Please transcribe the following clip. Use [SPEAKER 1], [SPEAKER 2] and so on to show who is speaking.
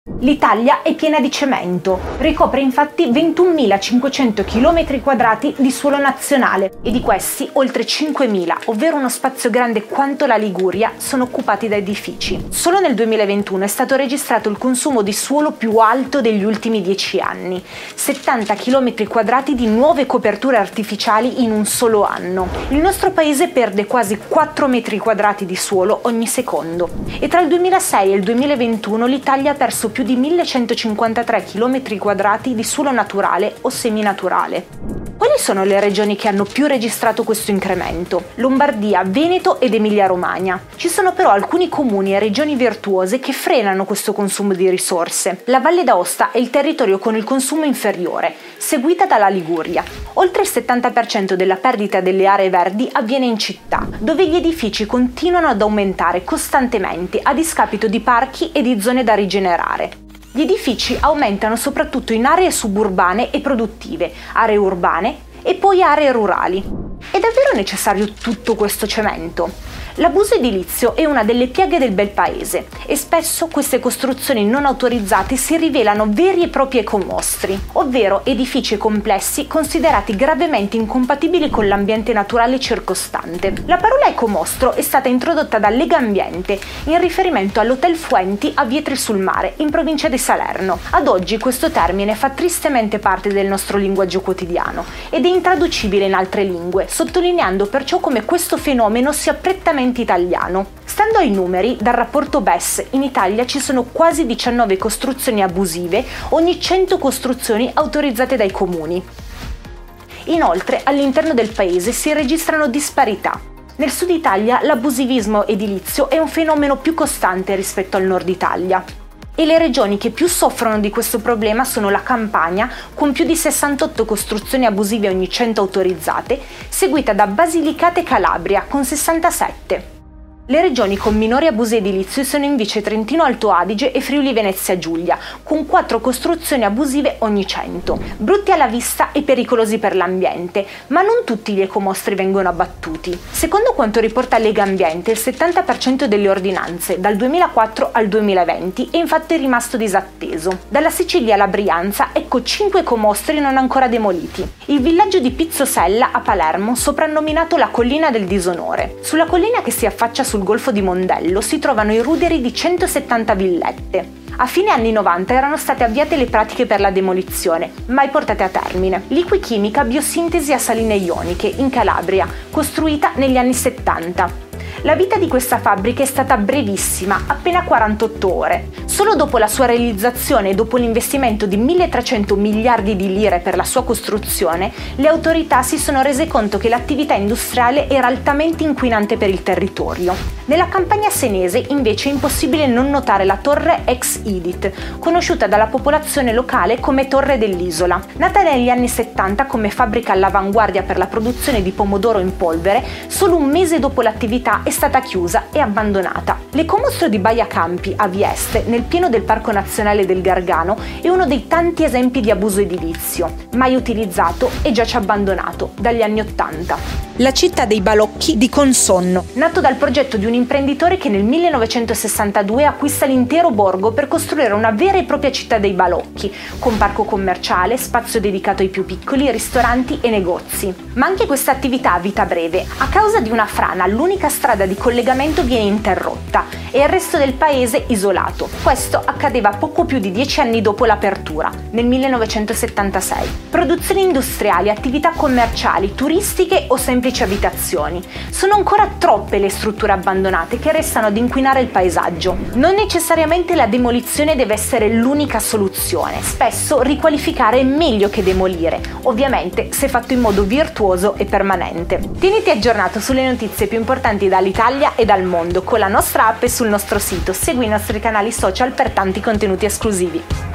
[SPEAKER 1] L'Italia è piena di cemento, ricopre infatti 21.500 km² di suolo nazionale e di questi oltre 5.000, ovvero uno spazio grande quanto la Liguria, sono occupati da edifici. Solo nel 2021 è stato registrato il consumo di suolo più alto degli ultimi 10 anni, 70 km² di nuove coperture artificiali in un solo anno. Il nostro paese perde quasi 4 m² di suolo ogni secondo e tra il 2006 e il 2021 l'Italia ha perso più di 1.153 km² di suolo naturale o seminaturale. Quali sono le regioni che hanno più registrato questo incremento? Lombardia, Veneto ed Emilia-Romagna. Ci sono però alcuni comuni e regioni virtuose che frenano questo consumo di risorse. La Valle d'Aosta è il territorio con il consumo inferiore, seguita dalla Liguria. Oltre il 70% della perdita delle aree verdi avviene in città, dove gli edifici continuano ad aumentare costantemente a discapito di parchi e di zone da rigenerare. Gli edifici aumentano soprattutto in aree suburbane e produttive, aree urbane e poi aree rurali. È davvero necessario tutto questo cemento? L'abuso edilizio è una delle piaghe del bel paese e spesso queste costruzioni non autorizzate si rivelano veri e propri ecomostri, ovvero edifici complessi considerati gravemente incompatibili con l'ambiente naturale circostante. La parola ecomostro è stata introdotta da Legambiente in riferimento all'Hotel Fuenti a Vietri sul Mare, in provincia di Salerno. Ad oggi questo termine fa tristemente parte del nostro linguaggio quotidiano ed è intraducibile in altre lingue, sottolineando perciò come questo fenomeno sia prettamente italiano. Stando ai numeri, dal rapporto BES, in Italia ci sono quasi 19 costruzioni abusive ogni 100 costruzioni autorizzate dai comuni. Inoltre, all'interno del paese si registrano disparità. Nel sud Italia l'abusivismo edilizio è un fenomeno più costante rispetto al nord Italia. E le regioni che più soffrono di questo problema sono la Campania, con più di 68 costruzioni abusive ogni 100 autorizzate, seguita da Basilicata e Calabria, con 67. Le regioni con minori abusi edilizi sono invece Trentino Alto Adige e Friuli Venezia Giulia, con 4 costruzioni abusive ogni 100. Brutti alla vista e pericolosi per l'ambiente, ma non tutti gli ecomostri vengono abbattuti. Secondo quanto riporta Legambiente, il 70% delle ordinanze dal 2004 al 2020 è infatti rimasto disatteso. Dalla Sicilia alla Brianza, ecco 5 ecomostri non ancora demoliti. Il villaggio di Pizzosella a Palermo, soprannominato la Collina del Disonore. Sulla collina che si affaccia sul Golfo di Mondello si trovano i ruderi di 170 villette. A fine anni 90 erano state avviate le pratiche per la demolizione, mai portate a termine. Liquichimica Biosintesi a Saline Ioniche, in Calabria, costruita negli anni 70. La vita di questa fabbrica è stata brevissima, appena 48 ore. Solo dopo la sua realizzazione e dopo l'investimento di 1.300 miliardi di lire per la sua costruzione, le autorità si sono rese conto che l'attività industriale era altamente inquinante per il territorio. Nella campagna senese invece è impossibile non notare la torre ex Idit, conosciuta dalla popolazione locale come Torre dell'Isola. Nata negli anni 70 come fabbrica all'avanguardia per la produzione di pomodoro in polvere, solo un mese dopo l'attività è stata chiusa e abbandonata. L'ecomostro di Baia Campi a Vieste, nel pieno del Parco Nazionale del Gargano, è uno dei tanti esempi di abuso edilizio, mai utilizzato e giace abbandonato dagli anni 80. La città dei balocchi di Consonno, nato dal progetto di un imprenditore che nel 1962 acquista l'intero borgo per costruire una vera e propria città dei balocchi, con parco commerciale, spazio dedicato ai più piccoli, ristoranti e negozi. Ma anche questa attività ha vita breve. A causa di una frana, l'unica strada di collegamento viene interrotta e il resto del paese isolato. Questo accadeva poco più di 10 anni dopo l'apertura, nel 1976. Produzioni industriali, attività commerciali, turistiche o semplici abitazioni. Sono ancora troppe le strutture abbandonate che restano ad inquinare il paesaggio. Non necessariamente la demolizione deve essere l'unica soluzione. Spesso riqualificare è meglio che demolire, ovviamente se fatto in modo virtuoso e permanente. Tieniti aggiornato sulle notizie più importanti dall'Italia e dal mondo con la nostra app e sul nostro sito. Segui i nostri canali social per tanti contenuti esclusivi.